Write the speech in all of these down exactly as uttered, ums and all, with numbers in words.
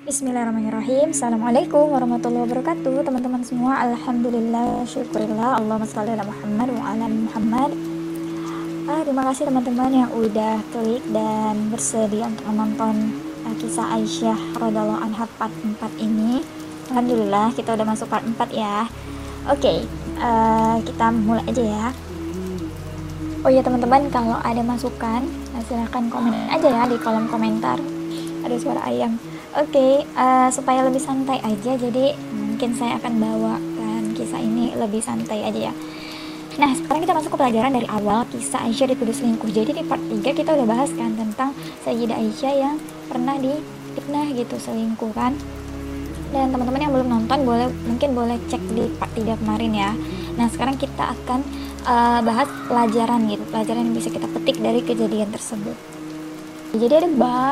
Bismillahirrahmanirrahim. Assalamualaikum warahmatullahi wabarakatuh. Teman-teman semua, alhamdulillah, syukurillah, Allahumma shalli ala Muhammad wa ala ali Muhammad. Ah, terima kasih teman-teman yang udah klik dan bersedia untuk menonton uh, kisah Aisyah radhiyallahu anha part empat ini. Alhamdulillah, kita udah masuk part empat ya. Oke, okay, uh, kita mulai aja ya. Oh ya teman-teman, kalau ada masukan, silahkan komen aja ya di kolom komentar. Ada suara ayam. Oke, okay, uh, supaya lebih santai aja, jadi mungkin saya akan bawakan kisah ini lebih santai aja ya. Nah, sekarang kita masuk ke pelajaran dari awal kisah Aisyah dituduh selingkuh. Jadi di part tiga kita udah bahas kan tentang Sayyidah Aisyah yang pernah difitnah gitu, selingkuh kan. Dan teman-teman yang belum nonton boleh mungkin boleh cek di part tiga kemarin ya. Nah, sekarang kita akan uh, bahas pelajaran gitu, pelajaran yang bisa kita petik dari kejadian tersebut. Jadi ada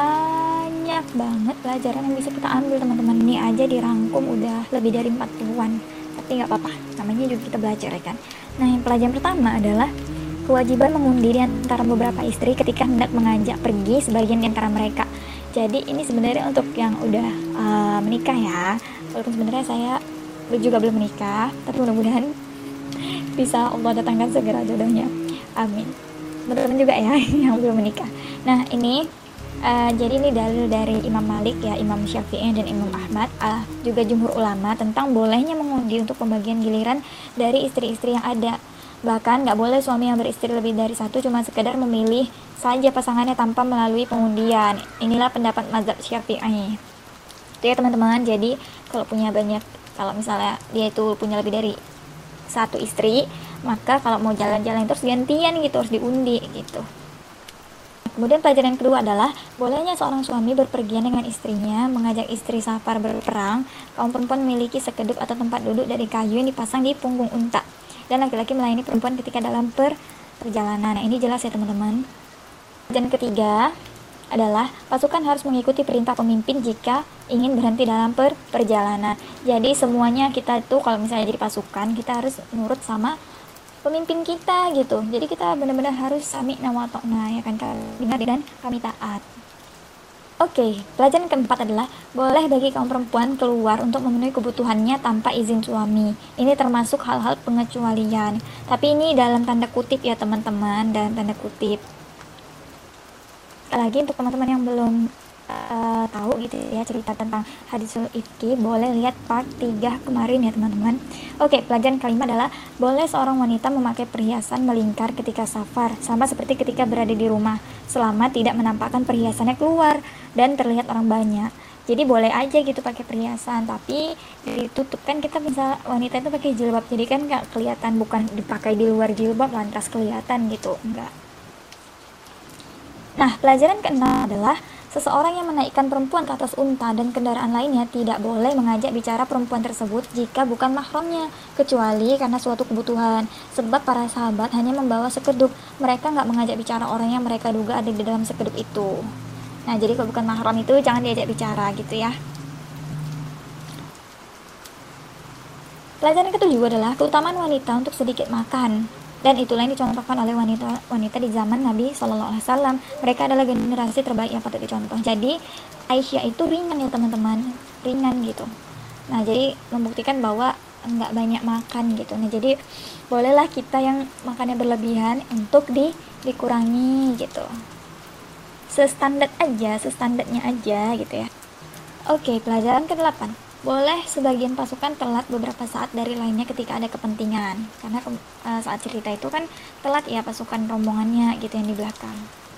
banyak banget pelajaran yang bisa kita ambil teman-teman. Ini aja dirangkum udah lebih dari empat puluhan. Tapi nggak apa-apa, namanya juga kita belajar ya kan. Nah, yang pelajaran pertama adalah kewajiban mengundi di antara beberapa istri ketika hendak mengajak pergi sebagian di antara mereka. Jadi ini sebenarnya untuk yang udah uh, menikah ya. Walaupun sebenarnya saya juga belum menikah, tapi mudah-mudahan bisa Allah datangkan segera jodohnya. Amin. Teman-teman juga ya yang belum menikah. Nah, ini Uh, jadi ini dalil dari Imam Malik ya, Imam Syafi'i dan Imam Ahmad, uh, juga jumhur ulama tentang bolehnya mengundi untuk pembagian giliran dari istri-istri yang ada. Bahkan nggak boleh suami yang beristri lebih dari satu cuma sekedar memilih saja pasangannya tanpa melalui pengundian. Inilah pendapat mazhab Syafi'i. Itu ya teman-teman. Jadi kalau punya banyak, kalau misalnya dia itu punya lebih dari satu istri, maka kalau mau jalan-jalan terus gantian gitu, harus diundi gitu. Kemudian pelajaran kedua adalah bolehnya seorang suami berpergian dengan istrinya, mengajak istri safar berperang. Kaum perempuan memiliki sekeduk atau tempat duduk dari kayu yang dipasang di punggung unta, dan laki-laki melayani perempuan ketika dalam per perjalanan. Nah, ini jelas ya teman-teman. Dan ketiga adalah pasukan harus mengikuti perintah pemimpin jika ingin berhenti dalam per perjalanan. Jadi semuanya kita tuh kalau misalnya jadi pasukan, kita harus nurut sama pemimpin kita gitu. Jadi kita benar-benar harus sami wa ta'na ya kan, dengar dan kami taat. Oke, okay, pelajaran keempat adalah boleh bagi kaum perempuan keluar untuk memenuhi kebutuhannya tanpa izin suami. Ini termasuk hal-hal pengecualian. Tapi ini dalam tanda kutip ya teman-teman, dalam tanda kutip. Lagi untuk teman-teman yang belum Uh, tahu gitu ya cerita tentang hadisul ifki, boleh lihat part tiga kemarin ya teman-teman. Oke, pelajaran kelima adalah boleh seorang wanita memakai perhiasan melingkar ketika safar, sama seperti ketika berada di rumah, selama tidak menampakkan perhiasannya keluar dan terlihat orang banyak. Jadi boleh aja gitu pakai perhiasan, tapi ditutup kan, kita bisa wanita itu pakai jilbab, jadi kan nggak kelihatan, bukan dipakai di luar jilbab lantas kelihatan gitu, enggak. Nah, pelajaran keenam adalah seseorang yang menaikkan perempuan ke atas unta dan kendaraan lainnya tidak boleh mengajak bicara perempuan tersebut jika bukan mahramnya, kecuali karena suatu kebutuhan. Sebab para sahabat hanya membawa sekeduk, mereka nggak mengajak bicara orang yang mereka duga ada di dalam sekeduk itu. Nah, jadi kalau bukan mahram itu jangan diajak bicara gitu ya. Pelajaran ketujuh adalah keutamaan wanita untuk sedikit makan. Dan itulah yang dicontohkan oleh wanita-wanita di zaman Nabi Shallallahu Alaihi Wasallam. Mereka adalah generasi terbaik yang patut dicontoh. Jadi Aisyah itu ringan ya teman-teman, ringan gitu. Nah, jadi membuktikan bahwa nggak banyak makan gitu. Nah, jadi bolehlah kita yang makannya berlebihan untuk di dikurangi gitu. Sestandar aja, sestandarnya aja gitu ya. Oke, pelajaran kedelapan. Boleh sebagian pasukan telat beberapa saat dari lainnya ketika ada kepentingan. Karena e, saat cerita itu kan telat ya pasukan rombongannya gitu yang di belakang.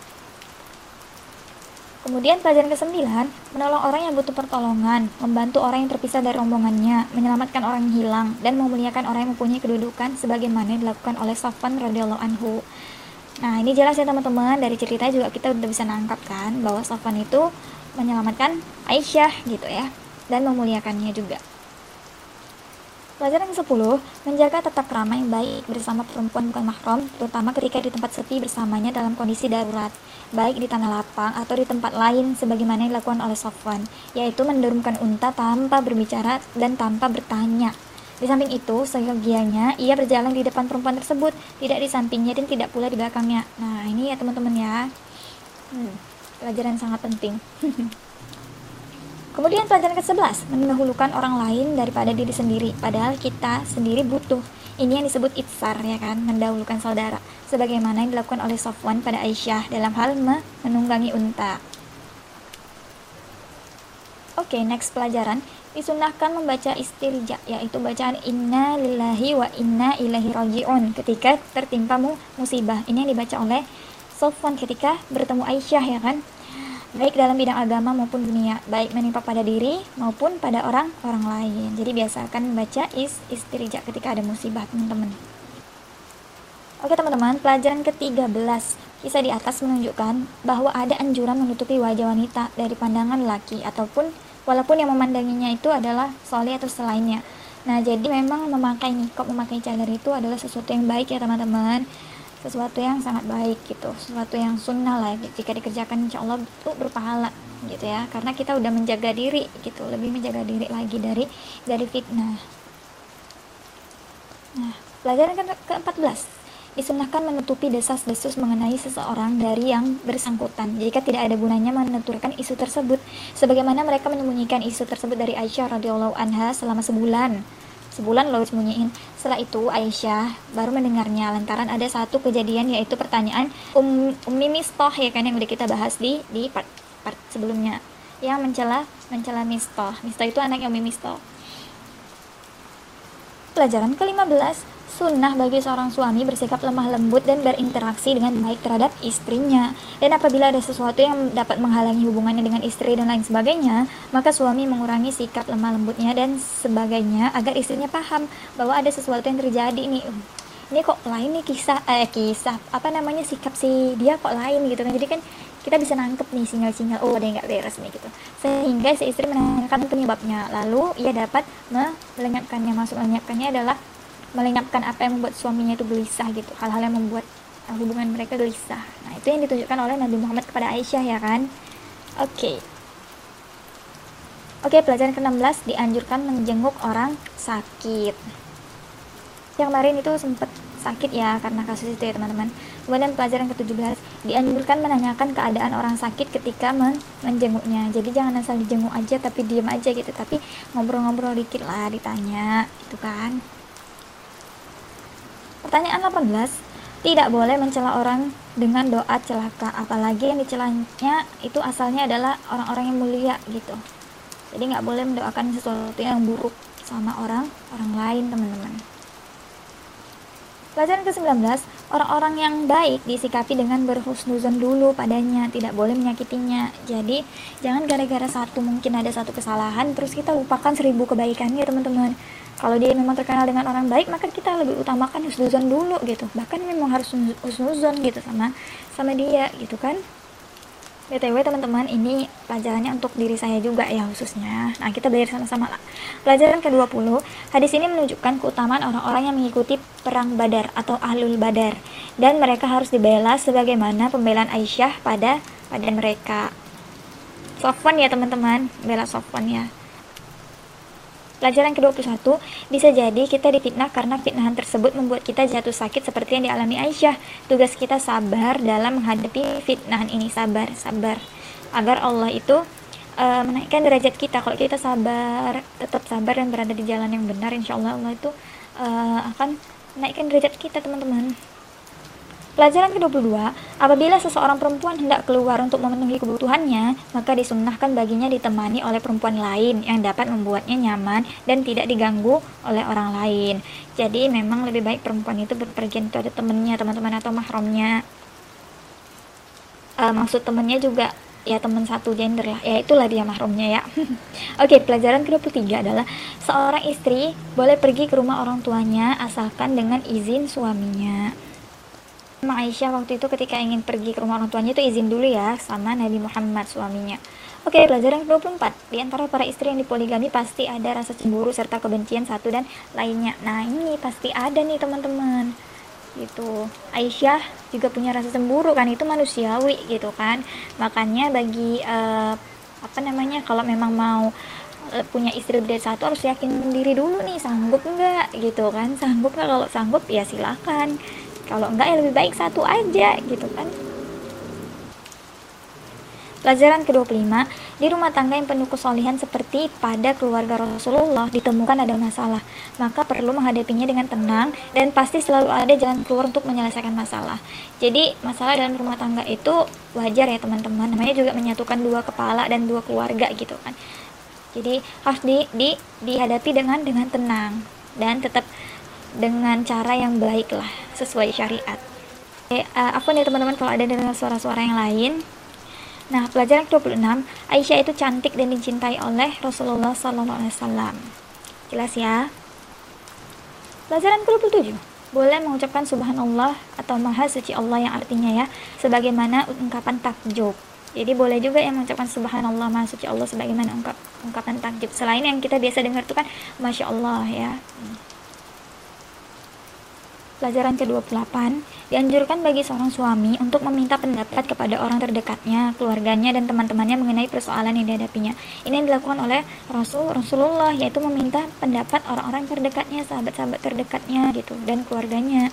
Kemudian pelajaran kesembilan, menolong orang yang butuh pertolongan, membantu orang yang terpisah dari rombongannya, menyelamatkan orang yang hilang, dan memuliakan orang yang mempunyai kedudukan sebagaimana yang dilakukan oleh Safwan radhiyallahu anhu. Nah, ini jelas ya teman-teman, dari cerita juga kita udah bisa nangkap kan bahwa Safwan itu menyelamatkan Aisyah gitu ya, dan memuliakannya juga. Pelajaran kesepuluh, menjaga tata krama yang baik bersama perempuan bukan mahram, terutama ketika di tempat sepi bersamanya dalam kondisi darurat, baik di tanah lapang atau di tempat lain sebagaimana yang dilakukan oleh Safwan, yaitu mendurumkan unta tanpa berbicara dan tanpa bertanya. Di samping itu, seyogianya ia berjalan di depan perempuan tersebut, tidak di sampingnya dan tidak pula di belakangnya. Nah, ini ya teman-teman ya. Hmm, pelajaran sangat penting. Kemudian pelajaran ke sebelas, mendahulukan orang lain daripada diri sendiri, padahal kita sendiri butuh. Ini yang disebut itsar, ya kan, mendahulukan saudara, sebagaimana yang dilakukan oleh Safwan pada Aisyah dalam hal menunggangi unta. Oke, okay, next pelajaran, disunahkan membaca istirja, yaitu bacaan inna lillahi wa inna ilaihi raji'un ketika tertimpamu musibah. Ini yang dibaca oleh Safwan ketika bertemu Aisyah, ya kan, baik dalam bidang agama maupun dunia, baik menimpa pada diri maupun pada orang-orang lain. Jadi biasakan membaca is istirja ketika ada musibah, teman-teman. Oke teman-teman, pelajaran ke tiga belas, kisah di atas menunjukkan bahwa ada anjuran menutupi wajah wanita dari pandangan laki, ataupun walaupun yang memandanginya itu adalah soleh atau selainnya. Nah, jadi memang memakai niqab, memakai cadar itu adalah sesuatu yang baik ya teman-teman, sesuatu yang sangat baik gitu, sesuatu yang sunnah lah, jika dikerjakan insya Allah itu berpahala gitu ya, karena kita udah menjaga diri gitu, lebih menjaga diri lagi dari dari fitnah. Nah, pelajaran ke empat belas, disunahkan menutupi desas-desus mengenai seseorang dari yang bersangkutan jika tidak ada gunanya menuturkan isu tersebut, sebagaimana mereka menyembunyikan isu tersebut dari Aisyah radhiyallahu anha selama sebulan sebulan lalu sembunyiin. Setelah itu Aisyah baru mendengarnya lantaran ada satu kejadian, yaitu pertanyaan um, Ummi Mistah, ya kan, yang udah kita bahas di di part, part sebelumnya, yang mencela mencela Mistah. Mistah itu anak Ummi Mistah. Pelajaran ke lima belas, sunnah bagi seorang suami bersikap lemah lembut dan berinteraksi dengan baik terhadap istrinya. Dan apabila ada sesuatu yang dapat menghalangi hubungannya dengan istri dan lain sebagainya, maka suami mengurangi sikap lemah lembutnya dan sebagainya agar istrinya paham bahwa ada sesuatu yang terjadi nih. Ini kok lain nih kisah eh kisah apa namanya sikap si dia kok lain gitu kan. Jadi kan kita bisa nangkep nih sinyal-sinyal, oh ada yang nggak beres nih gitu, sehingga si istri menanyakan penyebabnya, lalu ia dapat melenyapkannya. Maksud melenyapkannya adalah melenyapkan apa yang membuat suaminya itu gelisah gitu, hal-hal yang membuat uh, hubungan mereka gelisah. Nah, itu yang ditunjukkan oleh Nabi Muhammad kepada Aisyah, ya kan. Oke okay. Oke okay, pelajaran ke enam belas, dianjurkan menjenguk orang sakit. Yang kemarin itu sempat sakit ya karena kasus itu ya teman-teman. Kemudian pelajaran ke tujuh belas, dianjurkan menanyakan keadaan orang sakit ketika men menjenguknya. Jadi jangan asal dijenguk aja tapi diam aja gitu, tapi ngobrol-ngobrol dikit lah, ditanya gitu kan. Pertanyaan delapan belas, tidak boleh mencela orang dengan doa celaka, apalagi yang dicelanya itu asalnya adalah orang-orang yang mulia gitu. Jadi nggak boleh mendoakan sesuatu yang buruk sama orang orang lain, teman-teman. Pelajaran ke sembilan belas, orang-orang yang baik disikapi dengan berhusnuzon dulu padanya, tidak boleh menyakitinya. Jadi jangan gara-gara satu mungkin ada satu kesalahan terus kita lupakan seribu kebaikannya, teman-teman. Kalau dia memang terkenal dengan orang baik, maka kita lebih utamakan husnuzon dulu gitu. Bahkan memang harus husnuzon gitu sama sama dia gitu kan. B T W teman-teman, ini pelajarannya untuk diri saya juga ya khususnya. Nah, kita belajar sama-sama lah. Pelajaran ke dua puluh, hadis ini menunjukkan keutamaan orang-orang yang mengikuti perang Badar atau Ahlul Badar, dan mereka harus dibela sebagaimana pembelaan Aisyah pada pada mereka. Safwan ya teman-teman, bela Safwan ya. Pelajaran ke dua puluh satu, bisa jadi kita difitnah karena fitnahan tersebut membuat kita jatuh sakit seperti yang dialami Aisyah. Tugas kita sabar dalam menghadapi fitnahan ini, sabar, sabar. Agar Allah itu uh, menaikkan derajat kita. Kalau kita sabar, tetap sabar dan berada di jalan yang benar, insya Allah Allah itu uh, akan menaikkan derajat kita, teman-teman. Pelajaran ke dua puluh dua, apabila seseorang perempuan hendak keluar untuk memenuhi kebutuhannya, maka disunnahkan baginya ditemani oleh perempuan lain yang dapat membuatnya nyaman dan tidak diganggu oleh orang lain. Jadi memang lebih baik perempuan itu berpergian itu ada temannya, teman-teman atau mahramnya. Uh, maksud temannya juga ya teman satu gender lah, ya itulah dia mahramnya ya. Oke, pelajaran ke dua puluh tiga adalah seorang istri boleh pergi ke rumah orang tuanya asalkan dengan izin suaminya. Aisyah waktu itu ketika ingin pergi ke rumah orang tuanya itu izin dulu ya sama Nabi Muhammad suaminya. Oke, pelajaran ke dua puluh empat, di antara para istri yang dipoligami pasti ada rasa cemburu serta kebencian satu dan lainnya. Nah, ini pasti ada nih teman-teman gitu. Aisyah juga punya rasa cemburu kan, itu manusiawi gitu kan. Makanya bagi uh, apa namanya, kalau memang mau uh, punya istri lebih dari satu harus yakin diri dulu nih, sanggup enggak gitu kan. Sanggup enggak? Kalau sanggup ya silakan, kalau enggak ya lebih baik satu aja gitu kan. Pelajaran kedua puluh lima, di rumah tangga yang penuh kesolehan seperti pada keluarga Rasulullah ditemukan ada masalah, maka perlu menghadapinya dengan tenang dan pasti selalu ada jalan keluar untuk menyelesaikan masalah. Jadi masalah dalam rumah tangga itu wajar ya teman-teman, namanya juga menyatukan dua kepala dan dua keluarga gitu kan. Jadi harus di, di dihadapi dengan dengan tenang dan tetap dengan cara yang baik lah, sesuai syariat. Oke, uh, apa nih teman-teman kalau ada dengar suara-suara yang lain. Nah, pelajaran dua puluh enam, Aisyah itu cantik dan dicintai oleh Rasulullah shallallahu alaihi wasallam. Jelas ya? Pelajaran dua puluh tujuh, boleh mengucapkan subhanallah atau maha suci Allah yang artinya ya, sebagaimana ungkapan takjub. Jadi boleh juga yang mengucapkan subhanallah maha suci Allah sebagaimana ungkap, ungkapan takjub. Selain yang kita biasa dengar itu kan masya Allah ya. Pelajaran ke dua puluh delapan, dianjurkan bagi seorang suami untuk meminta pendapat kepada orang terdekatnya, keluarganya, dan teman-temannya mengenai persoalan yang dihadapinya. Ini yang dilakukan oleh Rasul Rasulullah, yaitu meminta pendapat orang-orang terdekatnya, sahabat-sahabat terdekatnya gitu, dan keluarganya.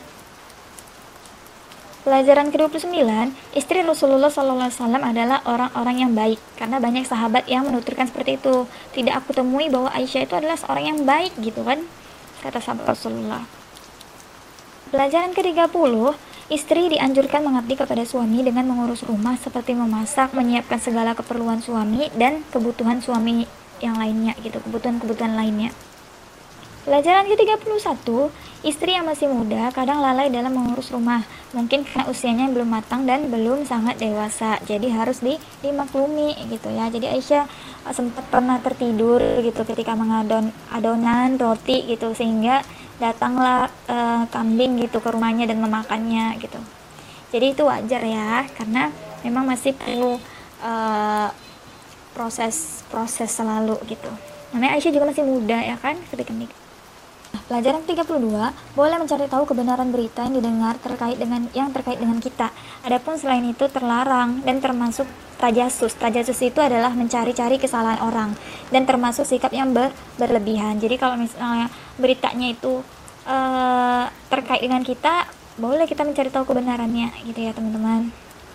Pelajaran ke dua puluh sembilan, istri Rasulullah shallallahu alaihi wasallam adalah orang-orang yang baik, karena banyak sahabat yang menuturkan seperti itu. Tidak aku temui bahwa Aisyah itu adalah seorang yang baik gitu kan, kata sahabat Rasulullah. Pelajaran ke tiga puluh, istri dianjurkan mengabdi kepada suami dengan mengurus rumah seperti memasak, menyiapkan segala keperluan suami dan kebutuhan suami yang lainnya gitu, kebutuhan-kebutuhan lainnya. Pelajaran ke tiga puluh satu, istri yang masih muda kadang lalai dalam mengurus rumah, mungkin karena usianya yang belum matang dan belum sangat dewasa, jadi harus di, dimaklumi gitu ya. Jadi Aisyah sempat pernah tertidur gitu ketika mengadon adonan roti gitu, sehingga datanglah e, kambing gitu ke rumahnya dan memakannya gitu. Jadi itu wajar ya, karena memang masih perlu e, proses proses selalu gitu. Namanya Aisyah juga masih muda ya kan ketika nikah. Nah, pelajaran tiga puluh dua, boleh mencari tahu kebenaran berita yang didengar terkait dengan yang terkait dengan kita. Adapun selain itu terlarang dan termasuk tajasus. Tajasus itu adalah mencari-cari kesalahan orang dan termasuk sikap yang ber, berlebihan. Jadi kalau misalnya beritanya itu uh, terkait dengan kita, boleh kita mencari tahu kebenarannya gitu ya teman-teman.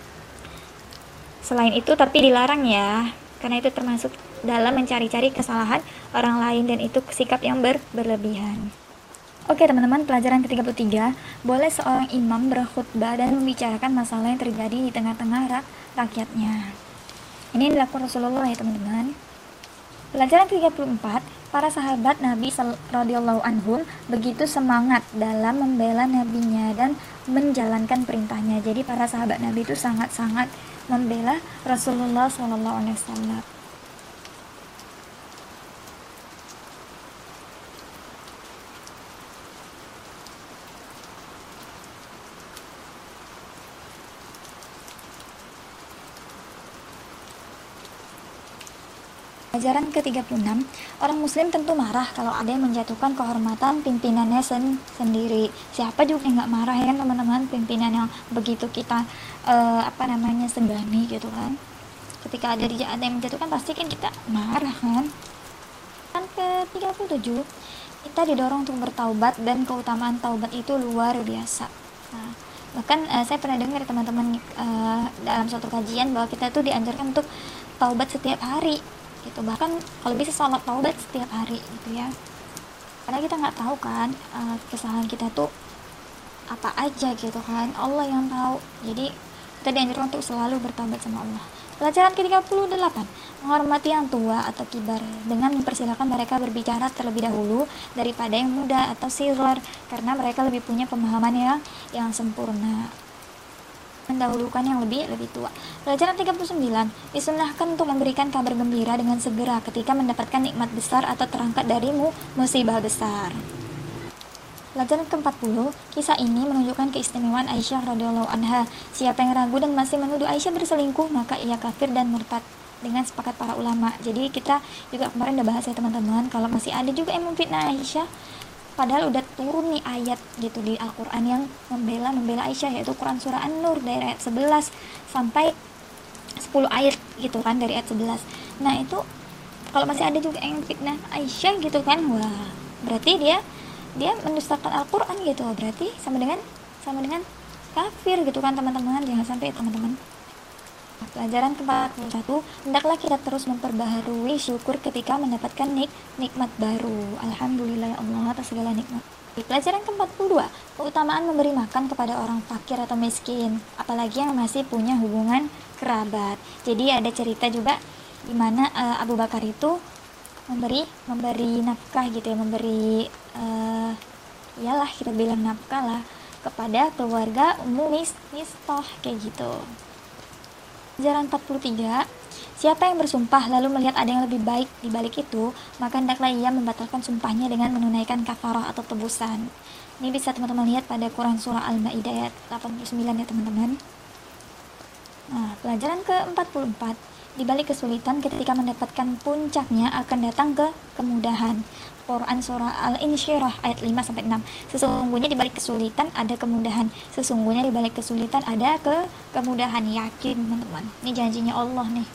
Selain itu tapi dilarang ya, karena itu termasuk dalam mencari-cari kesalahan orang lain dan itu sikap yang ber, berlebihan. Oke teman-teman, pelajaran ke tiga puluh tiga, boleh seorang imam berkhutbah dan membicarakan masalah yang terjadi di tengah-tengah rak rakyatnya. Ini dilakukan Rasulullah ya teman-teman. Pelajaran tiga puluh empat, para sahabat Nabi radhiyallahu anhum begitu semangat dalam membela nabinya dan menjalankan perintahnya. Jadi para sahabat Nabi itu sangat-sangat membela Rasulullah shallallahu alaihi wasallam. Pelajaran ke tiga puluh enam, orang muslim tentu marah kalau ada yang menjatuhkan kehormatan pimpinannya sen sendiri. Siapa juga yang nggak marah ya kan teman-teman, pimpinan yang begitu kita uh, apa namanya segani gitu kan. Ketika ada, ada yang menjatuhkan pasti kan kita marah kan. Dan ke tiga puluh tujuh, kita didorong untuk bertaubat dan keutamaan taubat itu luar biasa. Nah, bahkan uh, saya pernah dengar teman-teman uh, dalam suatu kajian bahwa kita tuh dianjurkan untuk taubat setiap hari gitu, bahkan kalau bisa sholat taubat setiap hari gitu ya, karena kita nggak tahu kan uh, kesalahan kita tuh apa aja gitu kan, Allah yang tahu. Jadi kita dianjurkan untuk selalu bertaubat sama Allah. Pelajaran ke tiga puluh delapan, menghormati yang tua atau kibar dengan mempersilahkan mereka berbicara terlebih dahulu daripada yang muda atau sigar, karena mereka lebih punya pemahaman yang yang sempurna, mendahulukan yang lebih lebih tua. Pelajaran tiga puluh sembilan, disunahkan untuk memberikan kabar gembira dengan segera ketika mendapatkan nikmat besar atau terangkat darimu musibah besar. Pelajaran ke empat puluh, kisah ini menunjukkan keistimewaan Aisyah radhiyallahu anha. Siapa yang ragu dan masih menuduh Aisyah berselingkuh, maka ia kafir dan murtad dengan sepakat para ulama. Jadi kita juga kemarin udah bahas ya teman-teman, kalau masih ada juga yang memfitnah Aisyah, padahal udah turun nih ayat gitu di Al-Quran yang membela membela Aisyah, yaitu Quran surah An-Nur dari ayat sebelas sampai sepuluh ayat gitu kan, dari ayat sebelas. Nah itu kalau masih ada juga yang fitnah Aisyah gitu kan, wah berarti dia dia mendustakan Al-Quran gitu, berarti sama dengan sama dengan kafir gitu kan teman-teman. Jangan sampai teman-teman. Pelajaran ke empat puluh satu, hendaklah kita terus memperbaharui syukur ketika mendapatkan nik nikmat baru. Alhamdulillah ya Allah atas segala nikmat. Pelajaran ke empat puluh dua, keutamaan memberi makan kepada orang fakir atau miskin, apalagi yang masih punya hubungan kerabat. Jadi ada cerita juga di mana uh, Abu Bakar itu memberi memberi nafkah gitu ya, memberi uh, iyalah kita bilang nafkah lah kepada keluarga Ummu Mistah kayak gitu. Pelajaran empat puluh tiga, siapa yang bersumpah lalu melihat ada yang lebih baik di balik itu, maka hendaklah ia membatalkan sumpahnya dengan menunaikan kafarah atau tebusan. Ini bisa teman-teman lihat pada Quran surah Al-Maidah ayat delapan puluh sembilan ya teman-teman. Nah, pelajaran ke empat puluh empat, di balik kesulitan ketika mendapatkan puncaknya akan datang ke kemudahan. Quran surah Al-Insyirah ayat lima sampai enam. Sesungguhnya di balik kesulitan ada kemudahan. Sesungguhnya di balik kesulitan ada ke kemudahan. Yakin teman-teman. Ini janjinya Allah nih.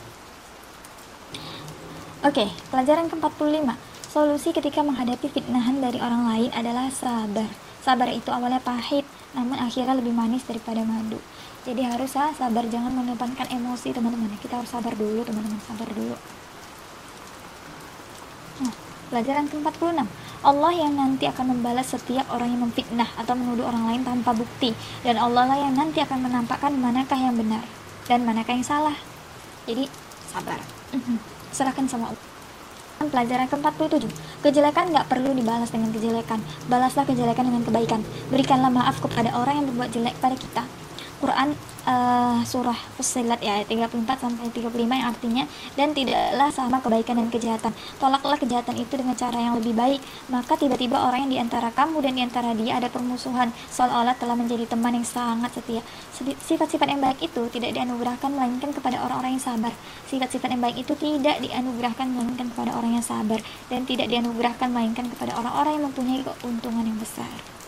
Oke, pelajaran ke empat puluh lima. Solusi ketika menghadapi fitnahan dari orang lain adalah sabar. Sabar itu awalnya pahit, namun akhirnya lebih manis daripada madu. Jadi harus ah, sabar, jangan mengedepankan emosi teman-teman. Kita harus sabar dulu teman-teman, sabar dulu. Nah, pelajaran ke empat puluh enam, Allah yang nanti akan membalas setiap orang yang memfitnah atau menuduh orang lain tanpa bukti, dan Allah lah yang nanti akan menampakkan manakah yang benar dan manakah yang salah. Jadi sabar, serahkan sama Allah. Pelajaran ke empat puluh tujuh, kejelekan gak perlu dibalas dengan kejelekan, balaslah kejelekan dengan kebaikan. Berikanlah maaf kepada orang yang berbuat jelek pada kita. Quran uh, surah Fussilat ya ayat tiga puluh empat sampai tiga puluh lima yang artinya, dan tidaklah sama kebaikan dan kejahatan. Tolaklah kejahatan itu dengan cara yang lebih baik, maka tiba-tiba orang yang diantara kamu dan diantara dia ada permusuhan, seolah-olah telah menjadi teman yang sangat setia. Sifat-sifat yang baik itu tidak dianugerahkan melainkan kepada orang-orang yang sabar. Sifat-sifat yang baik itu tidak dianugerahkan melainkan kepada orang yang sabar, dan tidak dianugerahkan melainkan kepada orang-orang yang mempunyai keuntungan yang besar.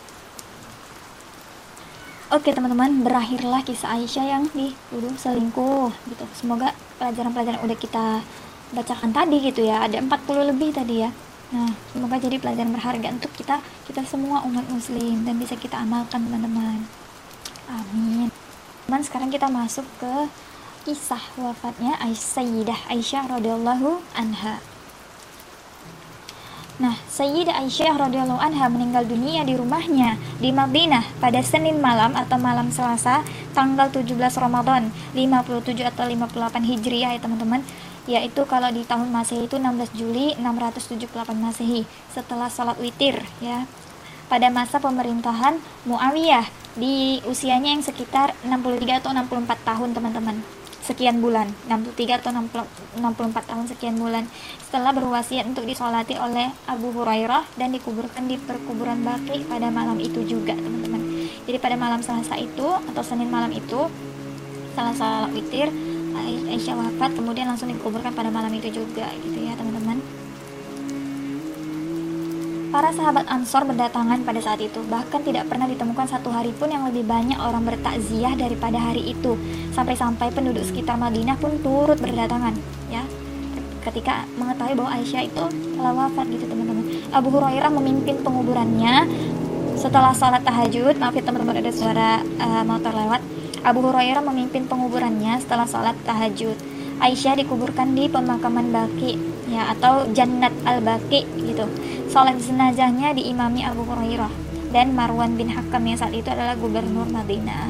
Oke teman-teman, berakhirlah kisah Aisyah yang dituduh selingkuh gitu. Semoga pelajaran-pelajaran udah kita bacakan tadi gitu ya, ada empat puluh lebih tadi ya. Nah, semoga jadi pelajaran berharga untuk kita kita semua umat muslim dan bisa kita amalkan teman-teman. Amin. Teman, sekarang kita masuk ke kisah wafatnya Sayyidah Aisyah radhiyallahu anha. Nah, Sayyidah Aisyah radhiyallahu anha meninggal dunia di rumahnya di Madinah pada Senin malam atau malam Selasa tanggal tujuh belas Ramadan lima puluh tujuh atau lima puluh delapan Hijriah ya teman-teman. Yaitu kalau di tahun Masehi itu enam belas Juli enam ratus tujuh puluh delapan Masehi setelah salat witir ya. Pada masa pemerintahan Muawiyah di usianya yang sekitar enam puluh tiga atau enam puluh empat tahun teman-teman. Sekian bulan, enam puluh tiga atau enam puluh empat tahun sekian bulan, setelah berwasiat untuk disolati oleh Abu Hurairah dan dikuburkan di perkuburan Baqi pada malam itu juga teman-teman. Jadi pada malam Selasa itu atau Senin malam itu setelah salat witir Aisyah wafat, kemudian langsung dikuburkan pada malam itu juga gitu ya teman-teman. Para sahabat Ansor berdatangan pada saat itu, bahkan tidak pernah ditemukan satu hari pun yang lebih banyak orang bertakziah daripada hari itu. Sampai-sampai penduduk sekitar Madinah pun turut berdatangan, ya. Ketika mengetahui bahwa Aisyah itu telah wafat gitu teman-teman. Abu Hurairah memimpin penguburannya setelah sholat tahajud. Maaf ya teman-teman, ada suara uh, motor lewat. Abu Hurairah memimpin penguburannya setelah sholat tahajud. Aisyah dikuburkan di pemakaman Baqi ya, atau Jannat al-Baqi gitu. Salat jenazahnya diimami Abu Hurairah dan Marwan bin Hakam yang saat itu adalah gubernur Madinah.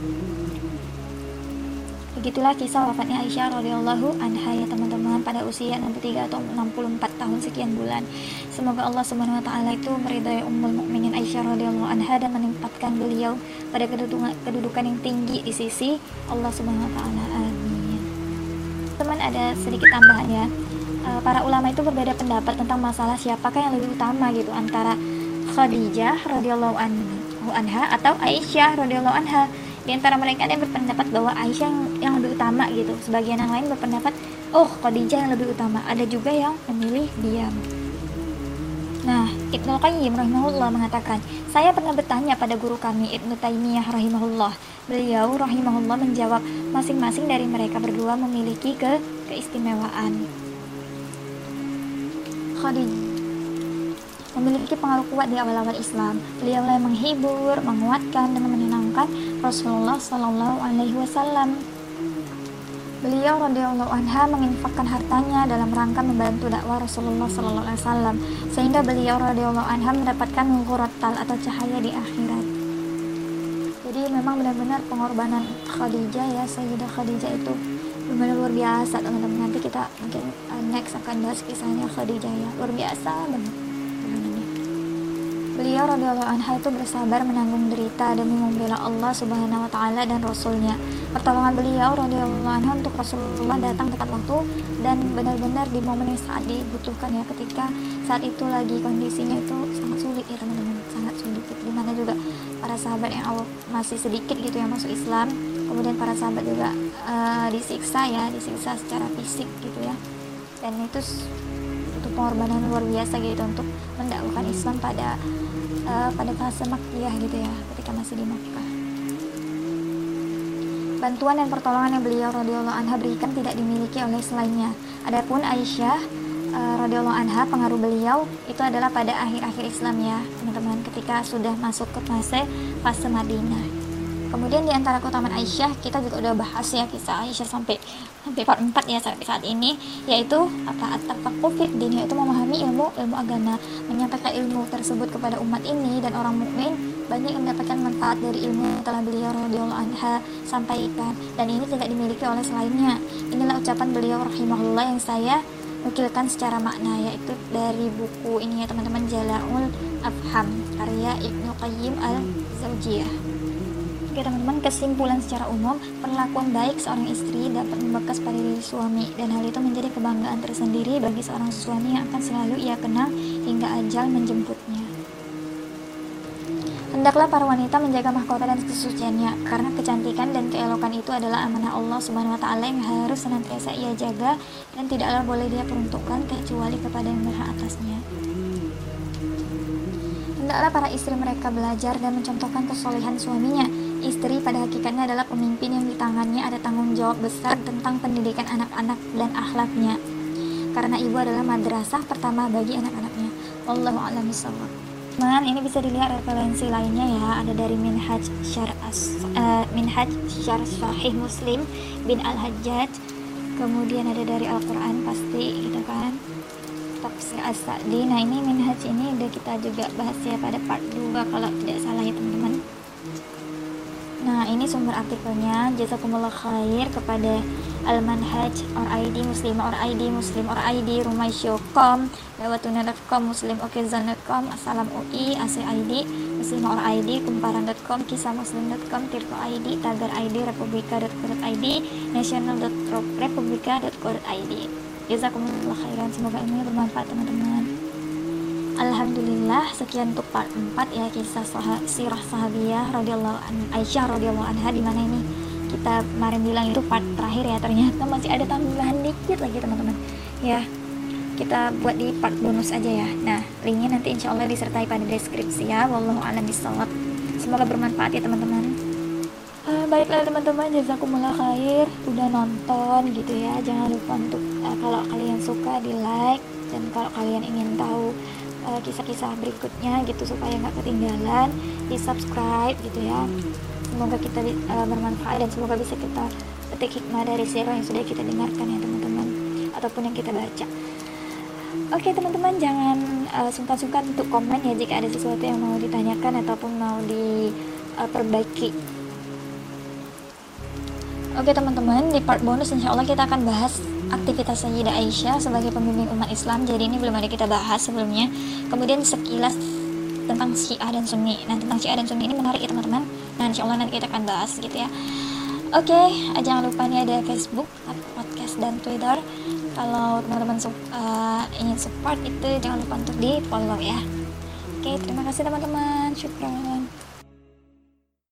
Begitulah kisah wafatnya Aisyah radhiyallahu anha ya teman-teman, pada usia enam puluh tiga atau enam puluh empat tahun sekian bulan. Semoga Allah Subhanahu wa taala itu meridai Ummul Mukminin Aisyah radhiyallahu anha dan menempatkan beliau pada kedudukan, kedudukan yang tinggi di sisi Allah Subhanahu wa taala. Amin. Teman, ada sedikit tambahan ya. E, para ulama itu berbeda pendapat tentang masalah siapakah yang lebih utama gitu, antara Khadijah radhiyallahu anha atau Aisyah radhiyallahu anha. Di antara mereka ada yang berpendapat bahwa Aisyah yang, yang lebih utama gitu. Sebagian yang lain berpendapat, oh Khadijah yang lebih utama. Ada juga yang memilih diam. Nah, Ibnu Qayyim rahimahullah mengatakan, saya pernah bertanya pada guru kami Ibnu Taimiyah rahimahullah. Beliau rahimahullah menjawab, masing-masing dari mereka berdua memiliki ke keistimewaan. Khadijah memiliki pengaruh kuat di awal-awal Islam. Beliau yang menghibur, menguatkan dan menenangkan Rasulullah Shallallahu Alaihi Wasallam. Beliau radhiyallahu anha menginfakkan hartanya dalam rangka membantu dakwah Rasulullah sallallahu alaihi wasallam, sehingga beliau radhiyallahu anha mendapatkan ghuratal atau cahaya di akhirat. Jadi memang benar-benar pengorbanan Khadijah ya, Sayyidah Khadijah itu benar-benar luar biasa teman-teman. Nanti kita mungkin uh, next akan bahas kisahnya Khadijah ya, luar biasa banget. Beliau radhiyallahu anha itu bersabar menanggung derita demi membela Allah Subhanahu wa taala dan Rasulnya. Pertolongan beliau radhiyallahu anha untuk Rasulullah datang tepat waktu dan benar-benar di momen yang saat dibutuhkan ya, ketika saat itu lagi kondisinya itu sangat sulit ya teman-teman, sangat sulit. Dimana juga para sahabat yang awal masih sedikit gitu yang masuk Islam, kemudian para sahabat juga uh, disiksa ya, disiksa secara fisik gitu ya. Dan itu untuk pengorbanan luar biasa gitu untuk mendakwahkan Islam pada uh, pada fase Makkiyah gitu ya, ketika masih di Makkah. Bantuan dan pertolongan yang beliau radhiyallahu anha berikan tidak dimiliki oleh selainnya. Adapun Aisyah uh, radhiyallahu anha, pengaruh beliau itu adalah pada akhir-akhir Islam ya teman-teman, ketika sudah masuk ke fase fase Madinah. Kemudian di antara keutamaan Aisyah, kita juga udah bahas ya kisah Aisyah sampai sampai part empat ya sampai saat ini, yaitu apa? At-tafaqquh fid din, yaitu memahami ilmu ilmu agama, menyampaikan ilmu tersebut kepada umat ini dan orang mukmin banyak yang mendapatkan manfaat dari ilmu yang telah beliau radhiyallahu anha sampaikan, dan ini tidak dimiliki oleh selainnya. Inilah ucapan beliau rahimahullah yang saya nukilkan secara makna, yaitu dari buku ini ya teman-teman, Jala'ul Afham karya Ibnu Qayyim al-Zawjiyah. Oke teman-teman, kesimpulan secara umum, perlakuan baik seorang istri dapat membekas pada diri suami, dan hal itu menjadi kebanggaan tersendiri bagi seorang suami yang akan selalu ia kenang hingga ajal menjemputnya. Hendaklah para wanita menjaga mahkota dan kesuciannya, karena kecantikan dan keelokan itu adalah amanah Allah Subhanahu wa taala yang harus senantiasa ia jaga dan tidaklah boleh dia peruntukkan kecuali kepada yang berhak atasnya. Hendaklah para istri mereka belajar dan mencontohkan kesolehan suaminya. Istri pada hakikatnya adalah pemimpin yang di tangannya ada tanggung jawab besar tentang pendidikan anak-anak dan akhlaknya, karena ibu adalah madrasah pertama bagi anak-anaknya. Wallahu a'lam bishawab. Teman, ini bisa dilihat referensi lainnya ya, ada dari Minhaj Syarh uh, Minhaj Syarh Sahih Muslim bin Al-Hajjaj, kemudian ada dari Al-Quran pasti gitu kan, Tafsir As-Sa'di. Nah ini Minhaj ini udah kita juga bahas ya pada part dua kalau tidak salah ya teman-teman. Nah ini sumber artikelnya, jazakumullah khair kepada Al-Manhaj or I D Muslim or I D Muslim or I D Rumaisyo dot com, Dawatuna dot com, Muslim Okizan dot com, Assalam U I, A C I D, Muslim or I D, Kumparan dot com, Kisah Muslim dot com, Tirto I D, Tagar I D, Republika dot co dot I D, National dot republika dot co dot I D. Jazakumullah khairan, semoga ilmunya bermanfaat teman-teman. Alhamdulillah, sekian untuk part empat ya, kisah sah sirah sahabiyah radhiyallahu an Aisyah radhiyallahu anha, di mana ini kita kemarin bilang itu part terakhir ya, ternyata masih ada tambahan dikit lagi teman-teman. Ya, kita buat di part bonus aja ya. Nah, linknya nanti insya Allah disertai pada deskripsi ya. Wallahu a'lam bishawab. Semoga bermanfaat ya teman-teman. Uh, baiklah teman-teman, jazakumullah khair udah nonton gitu ya. Jangan lupa untuk uh, kalau kalian suka di like, dan kalau kalian ingin tahu uh, kisah-kisah berikutnya gitu supaya nggak ketinggalan, di subscribe gitu ya. Semoga kita uh, bermanfaat dan semoga bisa kita petik hikmah dari sirah yang sudah kita dengarkan ya teman-teman, ataupun yang kita baca. Oke teman-teman, jangan uh, sungkan-sungkan untuk komen ya jika ada sesuatu yang mau ditanyakan ataupun mau diperbaiki. Uh, Oke teman-teman, di part bonus insya Allah kita akan bahas aktivitas Sayyidah Aisyah sebagai pembimbing umat Islam. Jadi ini belum ada kita bahas sebelumnya. Kemudian sekilas tentang Syiah dan Sunni. Nah tentang Syiah dan Sunni ini menarik ya teman-teman. Nah insya Allah nanti kita akan bahas gitu ya. Oke, jangan lupa nih ada Facebook, podcast, dan Twitter. Kalau teman-teman uh, ingin support itu jangan lupa untuk di follow ya. Oke, terima kasih teman-teman. Syukran.